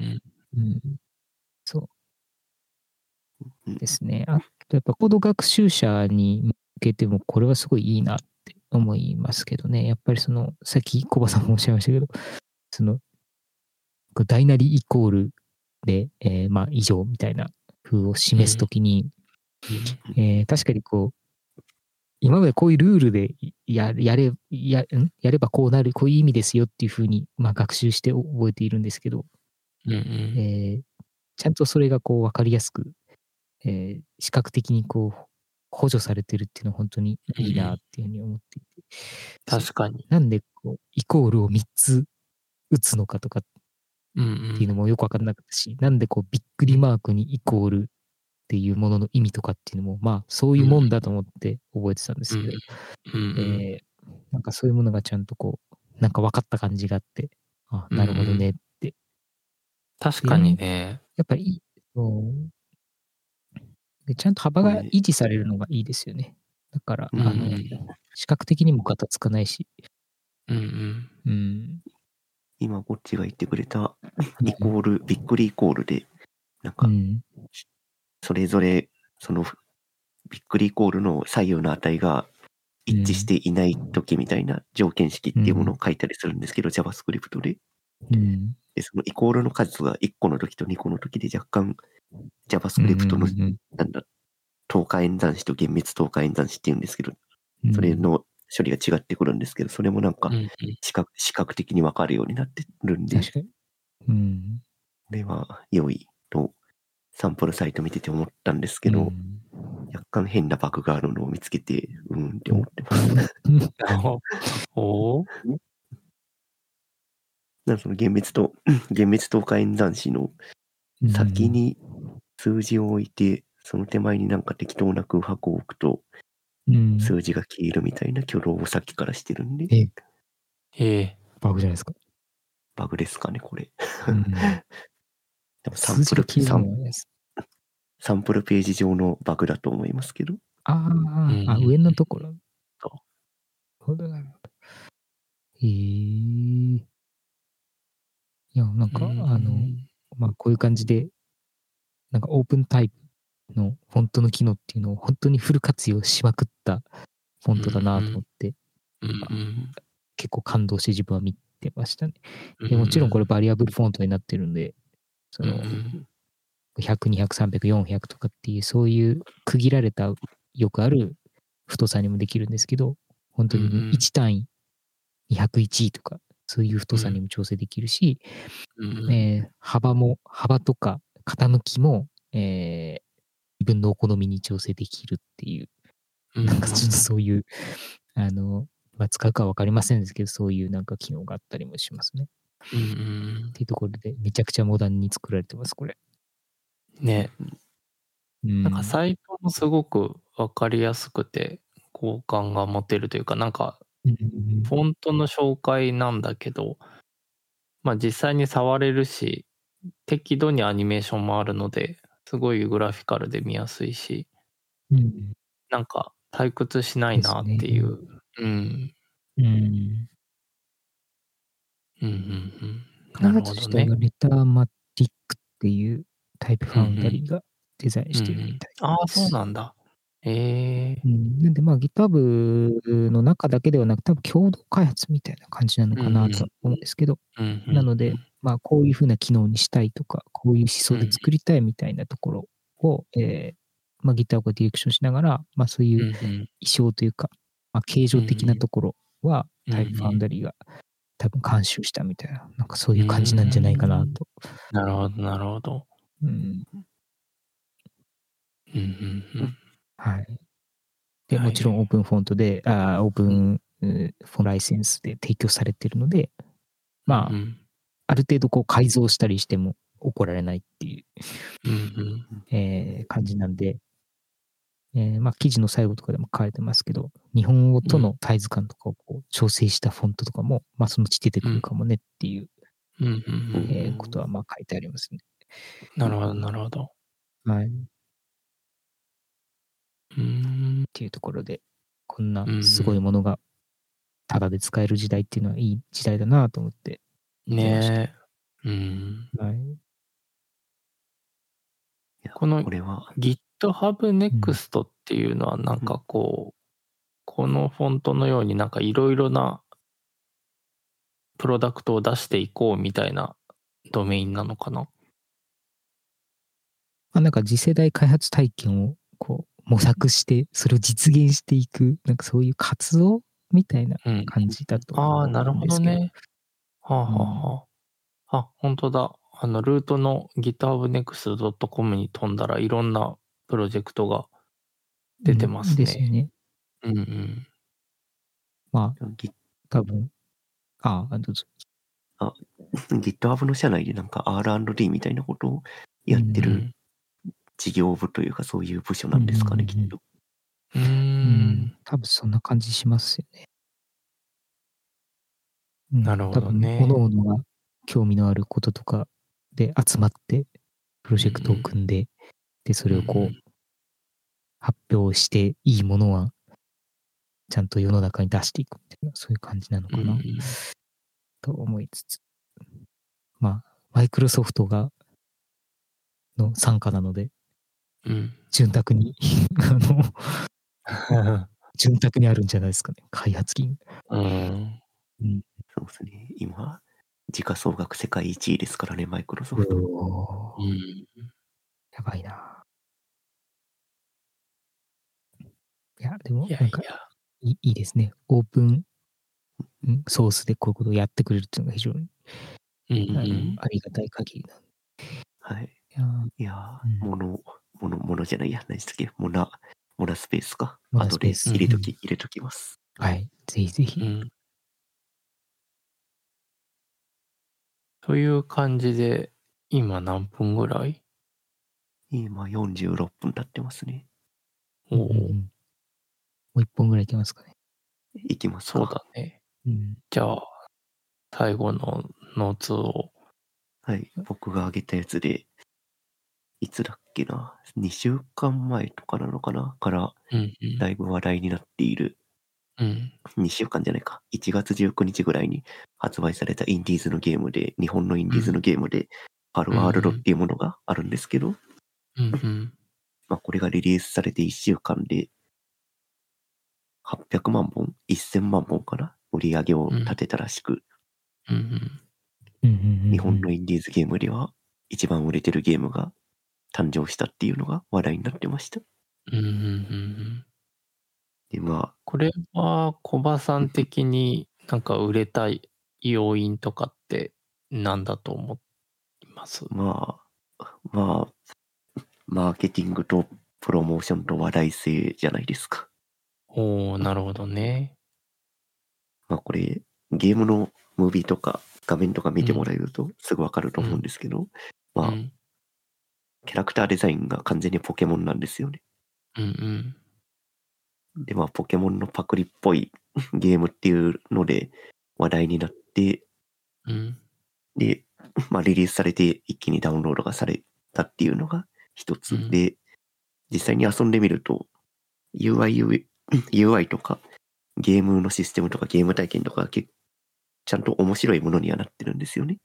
そうですね。あとやっぱコード学習者に向けてもこれはすごいいいなって思いますけどね。やっぱりさっきコバさんもおっしゃいましたけど、大なりイコールで、まあ以上みたいな風を示すときに、確かにこう、今までこういうルールでやればこうなる、こういう意味ですよっていう風に、まあ学習して覚えているんですけど、ちゃんとそれがこう分かりやすく、視覚的にこう補助されてるっていうのは本当にいいなっていうふうに思っていて。 確かに。 なんでこう、イコールを3つ打つのかとか、 っていうのもよくわかんなかったし、なんでこうびっくりマークにイコールっていうものの意味とかっていうのも、まあそういうもんだと思って覚えてたんですけど、なんかそういうものがちゃんとこう、なんか分かった感じがあって、あ、なるほどねって。 確かにね。 やっぱり、でちゃんと幅が維持されるのがいいですよね。だから、視覚的にもガタつかないし。 今、こっちが言ってくれた、イコール、びっくりイコールで、なんか、それぞれ、その、びっくりイコールの左右の値が一致していない時みたいな条件式っていうものを書いたりするんですけど、JavaScript で。で、そのイコールの数が1個の時と2個の時で若干 JavaScript の、なんだ、等価演算子と厳密等価演算子っていうんですけど、それの処理が違ってくるんですけど、それもなんか視覚的に分かるようになってるんで、 確かに。 これは良いとサンプルサイト見てて思ったんですけど、若干変なバグがあるのを見つけて、って思ってます。その厳密等価演算子の先に数字を置いて、その手前になんか適当な空白を置くと、数字が消えるみたいな挙動をさっきからしてるんで。 バグじゃないですか。 バグですかね、これ。 サンプルページ上のバグだと思いますけど。 上のところ。なるほど。いや、なんか、まあ、こういう感じで、なんかオープンタイプのフォントの機能っていうのを本当にフル活用しまくったフォントだなと思って、結構感動して自分は見てましたね。でもちろんこれバリアブルフォントになってるんで、その、100、200、300、400とかっていう、そういう区切られたよくある太さにもできるんですけど、本当に1単位、201とか、そういう太さにも調整できるし、幅とか傾きも、自分のお好みに調整できるっていう、なんかちょっとそういう、まあ、使うかは分かりませんですけど、そういうなんか機能があったりもしますね。っていうところで、めちゃくちゃモダンに作られてます、これ。 ね。なんかサイトもすごく分かりやすくて、好感が持てるというか、なんか、フォントの紹介なんだけど、まあ実際に触れるし、適度にアニメーションもあるので、すごいグラフィカルで見やすいし、なんか退屈しないなっていう。 開発自体はレターマティックっていうタイプファウンダリーがデザインしてるみたいです。 そうなんだ。 なんでまあ GitHub の中だけではなく、多分共同開発みたいな感じなのかなと思うんですけど、なので、まあこういう風な機能にしたいとか、こういう思想で作りたいみたいなところを、まあ GitHub がディレクションしながら、まあそういう意匠というか、まあ形状的なところはタイプファウンダリーが多分監修したみたいな、なんかそういう感じなんじゃないかなと。 なるほど、なるほど。 はい。で、もちろんオープンフォントで、オープンフォンライセンスで提供されているので、まあ、ある程度こう改造したりしても怒られないっていう、感じなんで、まあ記事の最後とかでも書いてますけど、日本語とのサイズ感とかをこう調整したフォントとかも、まあそのうち出てくるかもねっていうことはまあ書いてありますね。 なるほど、なるほど。 はい。っていうところで、こんなすごいものがタダで使える時代っていうのはいい時代だなと思って見てました。 ねえ。 はい。 この GitHub Next っていうのはなんかこう、このフォントのようになんかいろいろなプロダクトを出していこうみたいなドメインなのかな。 なんか次世代開発体験をこう模索して、それを実現していく、なんかそういう活動みたいな感じだと思うんですけど。 なるほどね。はあ。本当だ。ルートの githubnext.com に飛んだらいろんなプロジェクトが出てますね。 ですよね。まあ、多分、どうぞ。 GitHub の社内でなんか R&D みたいなことをやってる事業部というかそういう部署なんですかね、きっと。 多分そんな感じしますよね。 なるほどね。 多分、各々が興味のあることとかで集まって、プロジェクトを組んで、で、それをこう、発表していいものは、ちゃんと世の中に出していくみたいな、そういう感じなのかな、と思いつつ。まあ、マイクロソフトの傘下なので、潤沢に潤沢にあるんじゃないですかね、開発金。 そうですね。今、時価総額世界1位ですからね、マイクロソフト。 やばいな。いや、でも、なんかいいですね。オープンソースでこういうことをやってくれるっていうのが非常に、ありがたい限りな。 はい。いやモノじゃないや、何ですっけ、モナスペースか。後で入れときます。 はい。ぜひぜひ。 という感じで、今何分ぐらい？ 今46分経ってますね。 もう1本ぐらいいけますかね。 いきますか。 そうだね。じゃあ、最後のノーツを。 はい。僕が挙げたやつで、いつだっけな、2週間前とかなのかなから、だいぶ話題になっている、2週間じゃないか、1月19日ぐらいに発売されたインディーズのゲームで、日本のインディーズのゲームで、パルワールドっていうものがあるんですけど、まあこれがリリースされて1週間で、800万本 ?1000 万本かな売り上げを立てたらしく、日本のインディーズゲームでは一番売れてるゲームが誕生したっていうのが話題になってました。で、まあ。 これは、小葉さん的になんか売れたい要因とかって何だと思います？ まあ、マーケティングとプロモーションと話題性じゃないですか。 なるほどね。 まあこれ、ゲームのムービーとか画面とか見てもらえるとすぐわかると思うんですけど、まあ、キャラクターデザインが完全にポケモンなんですよね。で、まあ、ポケモンのパクリっぽいゲームっていうので話題になって、で、まあ、リリースされて一気にダウンロードがされたっていうのが一つで、実際に遊んでみると、UI とか、ゲームのシステムとかゲーム体験とか、ちゃんと面白いものにはなってるんですよね。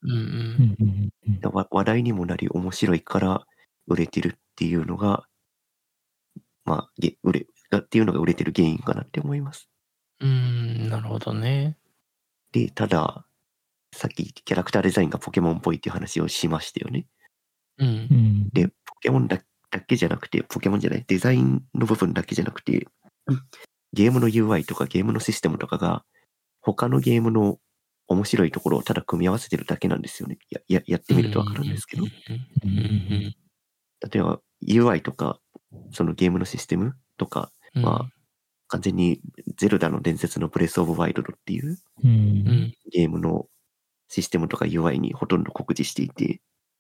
話題にもなり面白いから売れてるっていうのが、まあ、っていうのが売れてる原因かなって思います。 なるほどね。 で、ただ、さっきキャラクターデザインがポケモンっぽいっていう話をしましたよね。で、ポケモンだけじゃなくて、ポケモンじゃない、デザインの部分だけじゃなくて、ゲームの UI とかゲームのシステムとかが、他のゲームの面白いところをただ組み合わせてるだけなんですよね。やってみるとわかるんですけど。例えば UI とか、そのゲームのシステムとかは、完全にゼルダの伝説のブレスオブワイルドっていうゲームのシステムとか UI にほとんど酷似していて、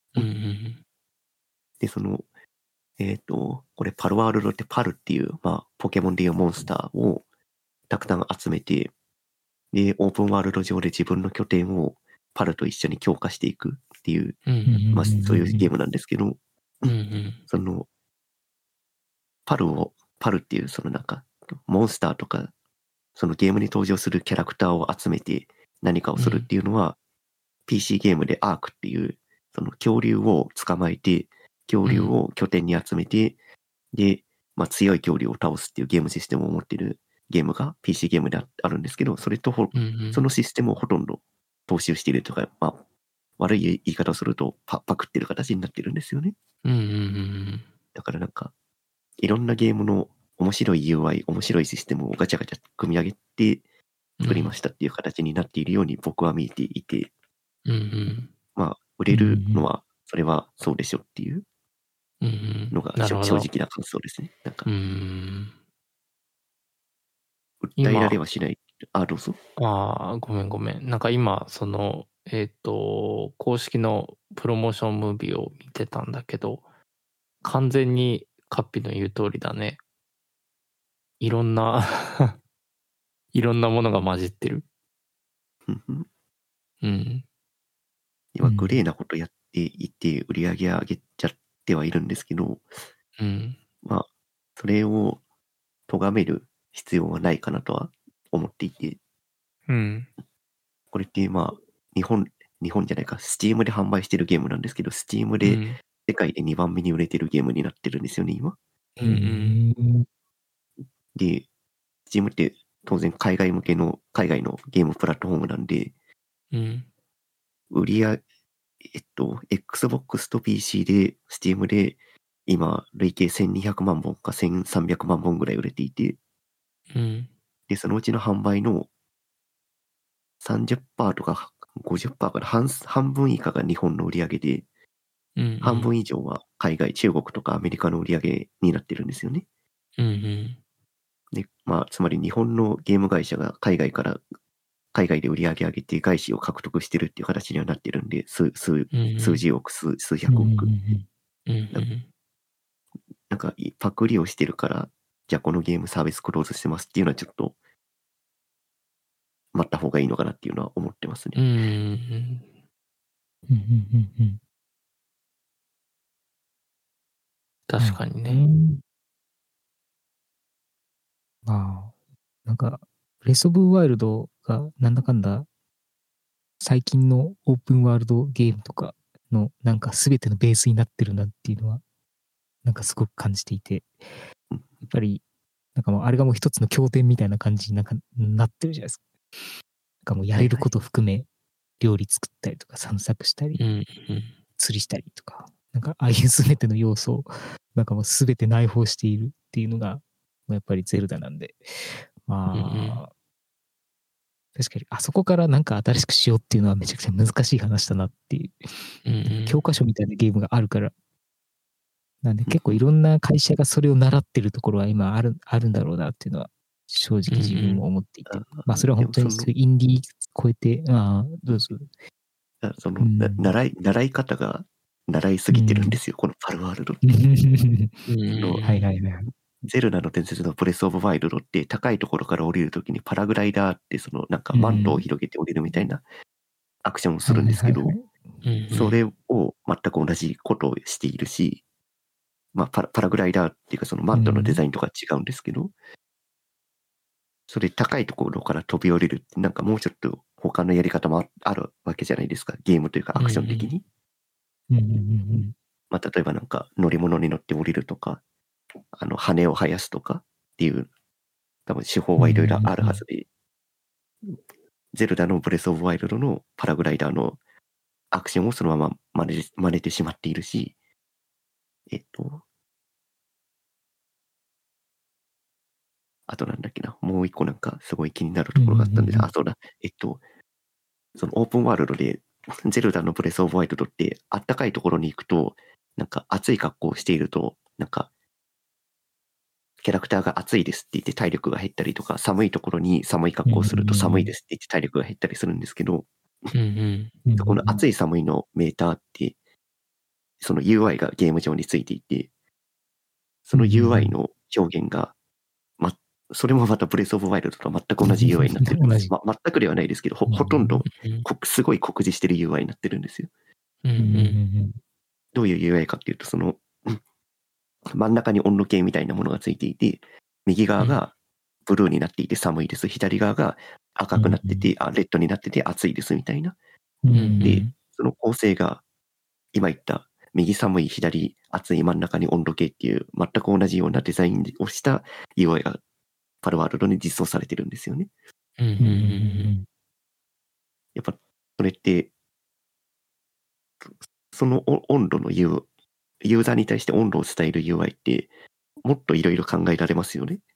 で、その、これパルワールドってパルっていう、まあ、ポケモンでいうモンスターをたくさん集めて、で、オープンワールド上で自分の拠点をパルと一緒に強化していくっていう、まあ、そういうゲームなんですけど、その、パルっていう、そのなんか、モンスターとか、そのゲームに登場するキャラクターを集めて何かをするっていうのは、PC ゲームでアークっていう、その恐竜を捕まえて、恐竜を拠点に集めて、で、まあ、強い恐竜を倒すっていうゲームシステムを持ってるゲームが PC ゲームであるんですけど、それとそのシステムをほとんど踏襲しているとか、まあ、悪い言い方をするとパクってる形になってるんですよね。だからなんか、いろんなゲームの面白い UI、面白いシステムをガチャガチャ組み上げて作りましたっていう形になっているように僕は見えていて、まあ、売れるのは、それはそうでしょっていうのが正直な感想ですね。なんか、訴えられはしない。どうぞ。 ごめん。なんか今、 公式のプロモーションムービーを見てたんだけど、完全にカッピの言う通りだね。いろんないろんなものが混じってる。うん。 今、グレーなことやっていて、売り上げ上げちゃってはいるんですけど、まあ、それを咎める必要はないかなとは思っていて、これってまあ、日本じゃないか、Steam で販売してるゲームなんですけど、Steam で世界で2番目に売れてるゲームになってるんですよね、今。で、Steam って当然海外のゲームプラットフォームなんで、売り上げ、Xbox と PC で、Steam で今、累計1200万本か1300万本ぐらい売れていて、で、そのうちの販売の30%とか50%から半分以下が日本の売り上げで、半分以上は海外、中国とかアメリカの売り上げになってるんですよね。で、まあ、つまり日本のゲーム会社が海外で売り上げ上げて外資を獲得してるっていう形にはなってるんで、数十億、数百億。なんか、パクリをしてるから、じゃあこのゲームサービスクローズしてますっていうのはちょっと、待った方がいいのかなっていうのは思ってますね。 確かにね。 まあ、なんか、ブレスオブワイルドがなんだかんだ、最近のオープンワールドゲームとかのなんか全てのベースになってるなっていうのは、なんかすごく感じていて、やっぱり、なんかもうあれがもう一つの経典みたいな感じになってるじゃないですか。なんかもうやれること含め、料理作ったりとか散策したり、釣りしたりとか、なんかああいう全ての要素を、なんかもう全て内包しているっていうのが、やっぱりゼルダなんで、まあ、確かにあそこからなんか新しくしようっていうのはめちゃくちゃ難しい話だなっていう、教科書みたいなゲームがあるから、なんで結構いろんな会社がそれを習ってるところは今あるんだろうなっていうのは正直自分も思っていて、まあそれは本当にインディー超えて、どうぞ。 その、習い方が習いすぎてるんですよ、このパルワールドって。 はいはいはい。 ゼルダの伝説のブレスオブワイルドって高いところから降りるときにパラグライダーってなんかマントを広げて降りるみたいなアクションをするんですけど、それを全く同じことをしているし、まあパラグライダーっていうかそのマントのデザインとか違うんですけど、それ高いところから飛び降りるってなんかもうちょっと他のやり方もあるわけじゃないですか、ゲームというかアクション的に。まあ例えばなんか乗り物に乗って降りるとか、羽を生やすとかっていう多分手法はいろいろあるはずで、ゼルダのブレスオブワイルドのパラグライダーのアクションをそのまま真似てしまっているし、あとなんだっけな、もう一個なんかすごい気になるところがあったんで、そうだ、そのオープンワールドで、ゼルダのブレスオブワイルドってあったかいところに行くと、なんか暑い格好をしていると、なんかキャラクターが暑いですって言って体力が減ったりとか、寒いところに寒い格好をすると寒いですって言って体力が減ったりするんですけど、この暑い寒いのメーターって、その UI がゲーム上についていて、その UI の表現が、それもまたブレスオブワイルドと全く同じ UI になってるんです。全くではないですけど、ほとんどすごい酷似してる UI になってるんですよ。どういう UI かっていうと、その、真ん中に温度計みたいなものがついていて、右側がブルーになっていて寒いです。左側が赤くなってて、レッドになってて暑いですみたいな。で、その構成が今言った右寒い、左暑い、真ん中に温度計っていう全く同じようなデザインをした UI がパルワールドに実装されてるんですよね。やっぱそれって、その温度のユーザーに対して温度を伝える UI ってもっといろいろ考えられますよね。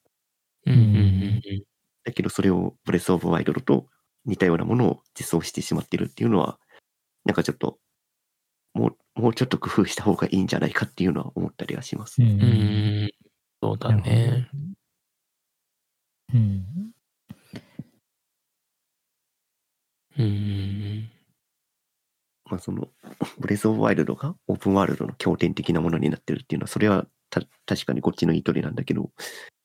だけどそれをブレスオブワイルドと似たようなものを実装してしまってるっていうのは、なんかちょっともうちょっと工夫した方がいいんじゃないかっていうのは思ったりはします。 そうだね。 まあその、ブレスオブワイルドがオープンワールドの経典的なものになってるっていうのは、それは確かにこっちの意図りなんだけど、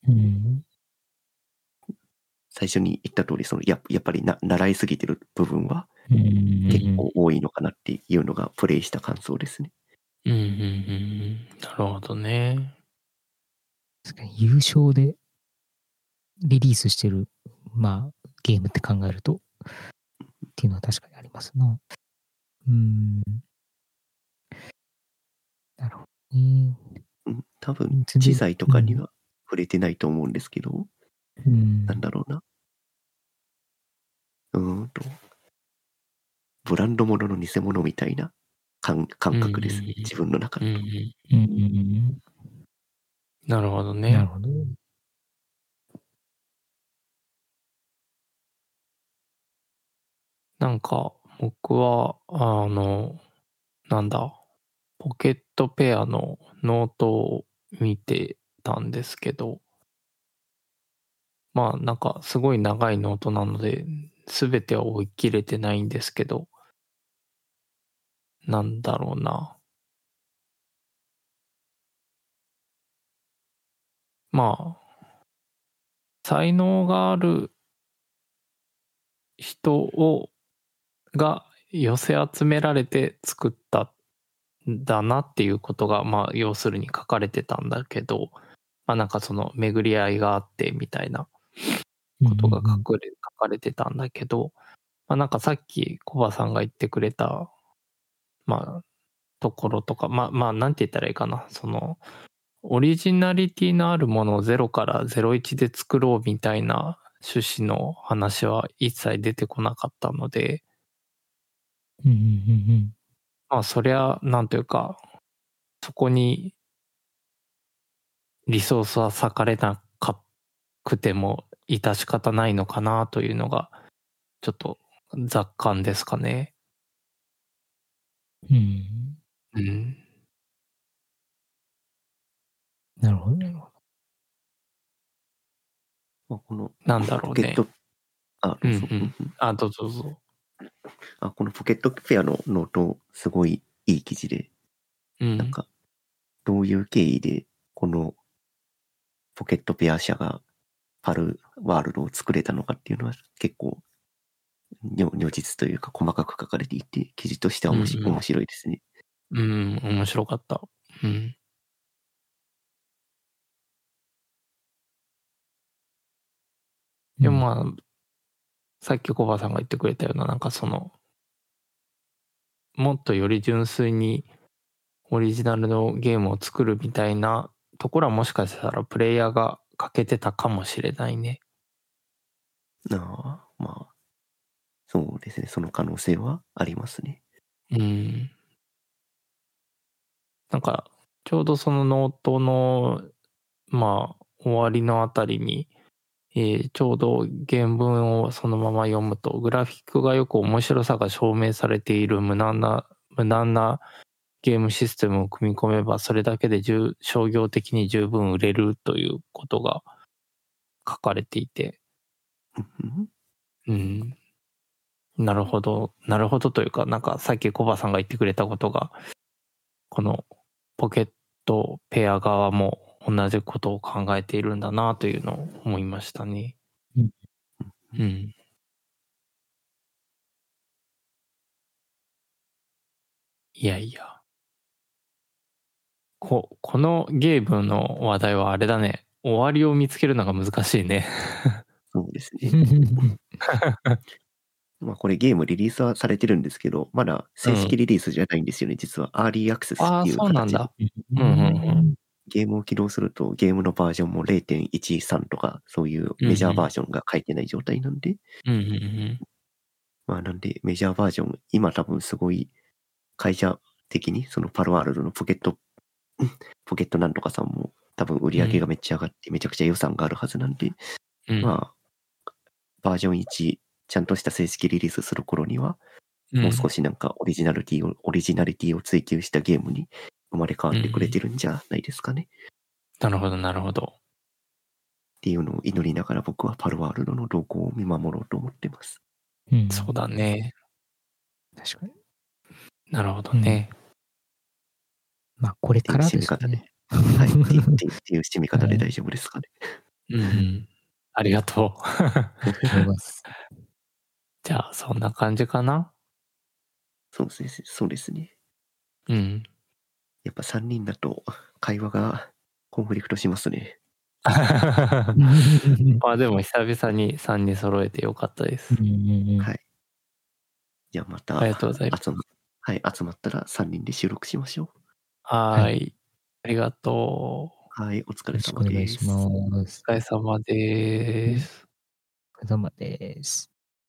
最初に言った通り、やっぱり習いすぎてる部分は結構多いのかなっていうのがプレイした感想ですね。 なるほどね。 確かに優勝でリリースしてる、まあ、ゲームって考えると、っていうのは確かにありますな。なるほどね。 多分、知財とかには触れてないと思うんですけど、なんだろうな。ブランド物の偽物みたいな感覚ですね。自分の中で。 なるほどね。 なるほど。 なんか、僕は、なんだ、ポケットペアのノートを見てたんですけど、まあなんかすごい長いノートなので、すべては追い切れてないんですけど、なんだろうな。まあ、才能がある人が寄せ集められて作ったんだなっていうことが、まあ要するに書かれてたんだけど、まあなんかその巡り合いがあってみたいなことが書かれてたんだけど、まあなんかさっきコバさんが言ってくれた、まあ、ところとか、まあなんて言ったらいいかな、その、オリジナリティのあるものを0から01で作ろうみたいな趣旨の話は一切出てこなかったので、まあそりゃ、なんというか、そこにリソースは割かれなくても致し方ないのかなというのが、ちょっと雑感ですかね。 なるほど、なるほど。 まあ、このなんだろうね。 どうぞ。 どうぞどうぞ。 このポケットペアのノート、すごいいい記事で、なんか、どういう経緯で、このポケットペア社がパルワールドを作れたのかっていうのは結構、如実というか細かく書かれていて、記事としては面白いですね。 面白かった。でもまあ、さっきコバさんが言ってくれたような、なんかその、もっとより純粋にオリジナルのゲームを作るみたいなところはもしかしたらプレイヤーが欠けてたかもしれないね。 まあ、そうですね。その可能性はありますね。 なんか、ちょうどそのノートの、まあ、終わりのあたりに、ちょうど原文をそのまま読むと、グラフィックがよく面白さが証明されている無難なゲームシステムを組み込めば、それだけで商業的に十分売れるということが書かれていて、なるほどというか、なんかさっきコバさんが言ってくれたことが、このポケットペア側も同じことを考えているんだなというのを思いましたね。いやいや。このゲームの話題はあれだね。終わりを見つけるのが難しいね。 そうですね。まあこれゲームリリースはされてるんですけど、まだ正式リリースじゃないんですよね、実は。アーリーアクセスっていうそうなん形で。 だ。 ゲームを起動すると、ゲームのバージョンも 0.13 とか、そういうメジャーバージョンが書いてない状態なんで。まあなんで、メジャーバージョン、今多分すごい会社的に、そのパルワールドのポケットなんとかさんも多分売り上げがめっちゃ上がってめちゃくちゃ予算があるはずなんで、まあ、バージョン1、ちゃんとした正式リリースする頃には、もう少しなんかオリジナリティを追求したゲームに生まれ変わってくれてるんじゃないですかね。 なるほど、なるほど。 っていうのを祈りながら僕はパルワールドの動向を見守ろうと思ってます。 そうだね。 確かに。 なるほどね。 まあ、これからっていうですね。 はい。っていう締め方で大丈夫ですかね。 うん。ありがとう。 思います。 じゃあ、そんな感じかな。 そうですね。 うん。 やっぱ3人だと会話がコンフリクトしますね。 まあでも久々に3人揃えてよかったです。 はい。じゃあまた、 ありがとうございます。 集まったら3人で収録しましょう。 はい。ありがとう。はい、お疲れ様です。 よろしくお願いします。 お疲れ様です。 お疲れ様です。